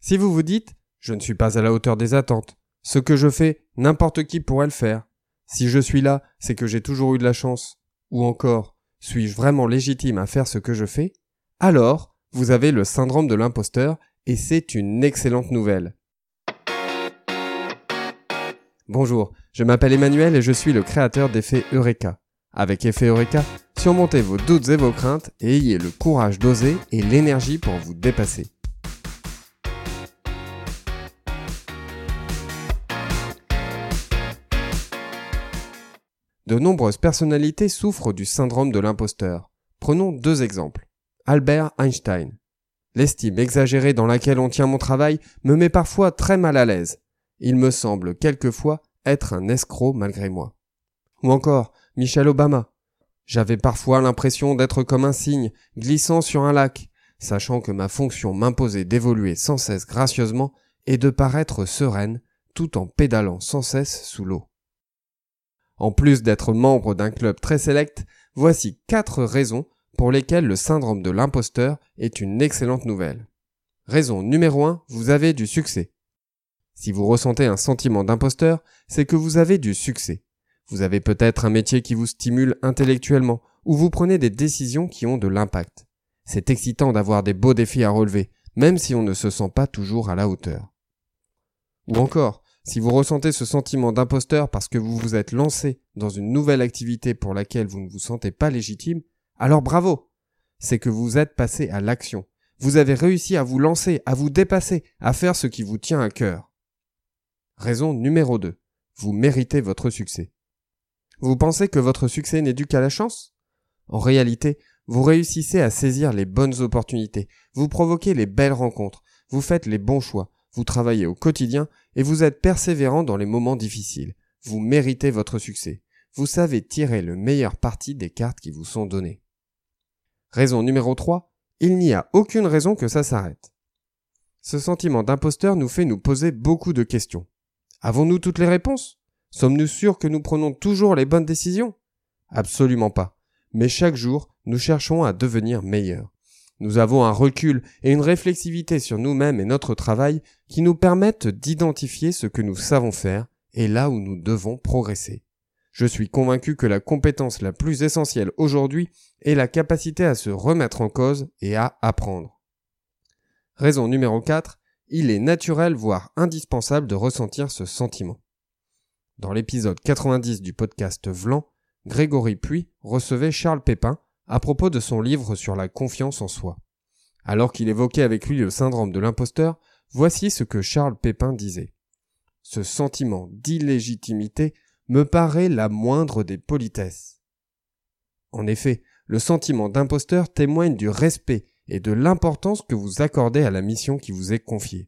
Si vous vous dites « je ne suis pas à la hauteur des attentes »,« ce que je fais, n'importe qui pourrait le faire »,« si je suis là, c'est que j'ai toujours eu de la chance », ou encore « suis-je vraiment légitime à faire ce que je fais ?» alors vous avez le syndrome de l'imposteur et c'est une excellente nouvelle. Bonjour, je m'appelle Emmanuel et je suis le créateur d'Effet Eureka. Avec Effet Eureka, surmontez vos doutes et vos craintes et ayez le courage d'oser et l'énergie pour vous dépasser. De nombreuses personnalités souffrent du syndrome de l'imposteur. Prenons 2 exemples. Albert Einstein. L'estime exagérée dans laquelle on tient mon travail me met parfois très mal à l'aise. Il me semble quelquefois être un escroc malgré moi. Ou encore Michelle Obama. J'avais parfois l'impression d'être comme un cygne glissant sur un lac, sachant que ma fonction m'imposait d'évoluer sans cesse gracieusement et de paraître sereine tout en pédalant sans cesse sous l'eau. En plus d'être membre d'un club très sélect, voici 4 raisons pour lesquelles le syndrome de l'imposteur est une excellente nouvelle. Raison numéro 1, vous avez du succès. Si vous ressentez un sentiment d'imposteur, c'est que vous avez du succès. Vous avez peut-être un métier qui vous stimule intellectuellement, ou vous prenez des décisions qui ont de l'impact. C'est excitant d'avoir des beaux défis à relever, même si on ne se sent pas toujours à la hauteur. Ou encore, si vous ressentez ce sentiment d'imposteur parce que vous vous êtes lancé dans une nouvelle activité pour laquelle vous ne vous sentez pas légitime, alors bravo! C'est que vous êtes passé à l'action. Vous avez réussi à vous lancer, à vous dépasser, à faire ce qui vous tient à cœur. Raison numéro 2. Vous méritez votre succès. Vous pensez que votre succès n'est dû qu'à la chance ? En réalité, vous réussissez à saisir les bonnes opportunités, vous provoquez les belles rencontres, vous faites les bons choix, vous travaillez au quotidien et vous êtes persévérant dans les moments difficiles. Vous méritez votre succès. Vous savez tirer le meilleur parti des cartes qui vous sont données. Raison numéro 3, il n'y a aucune raison que ça s'arrête. Ce sentiment d'imposteur nous fait nous poser beaucoup de questions. Avons-nous toutes les réponses ? Sommes-nous sûrs que nous prenons toujours les bonnes décisions ? Absolument pas. Mais chaque jour, nous cherchons à devenir meilleurs. Nous avons un recul et une réflexivité sur nous-mêmes et notre travail qui nous permettent d'identifier ce que nous savons faire et là où nous devons progresser. Je suis convaincu que la compétence la plus essentielle aujourd'hui est la capacité à se remettre en cause et à apprendre. Raison numéro 4, il est naturel voire indispensable de ressentir ce sentiment. Dans l'épisode 90 du podcast Vlan, Grégory Puy recevait Charles Pépin à propos de son livre sur la confiance en soi. Alors qu'il évoquait avec lui le syndrome de l'imposteur, voici ce que Charles Pépin disait. « Ce sentiment d'illégitimité me paraît la moindre des politesses. » En effet, le sentiment d'imposteur témoigne du respect et de l'importance que vous accordez à la mission qui vous est confiée.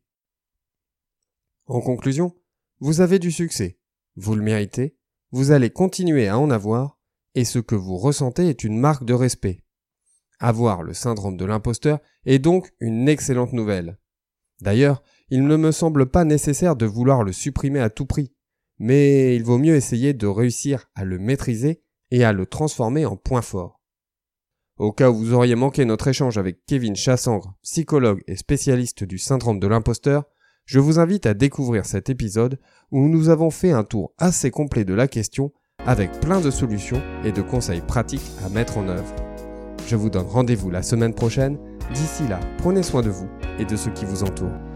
En conclusion, vous avez du succès, vous le méritez, vous allez continuer à en avoir, et ce que vous ressentez est une marque de respect. Avoir le syndrome de l'imposteur est donc une excellente nouvelle. D'ailleurs, il ne me semble pas nécessaire de vouloir le supprimer à tout prix, mais il vaut mieux essayer de réussir à le maîtriser et à le transformer en point fort. Au cas où vous auriez manqué notre échange avec Kevin Chassangre, psychologue et spécialiste du syndrome de l'imposteur, je vous invite à découvrir cet épisode où nous avons fait un tour assez complet de la question avec plein de solutions et de conseils pratiques à mettre en œuvre. Je vous donne rendez-vous la semaine prochaine. D'ici là, prenez soin de vous et de ceux qui vous entourent.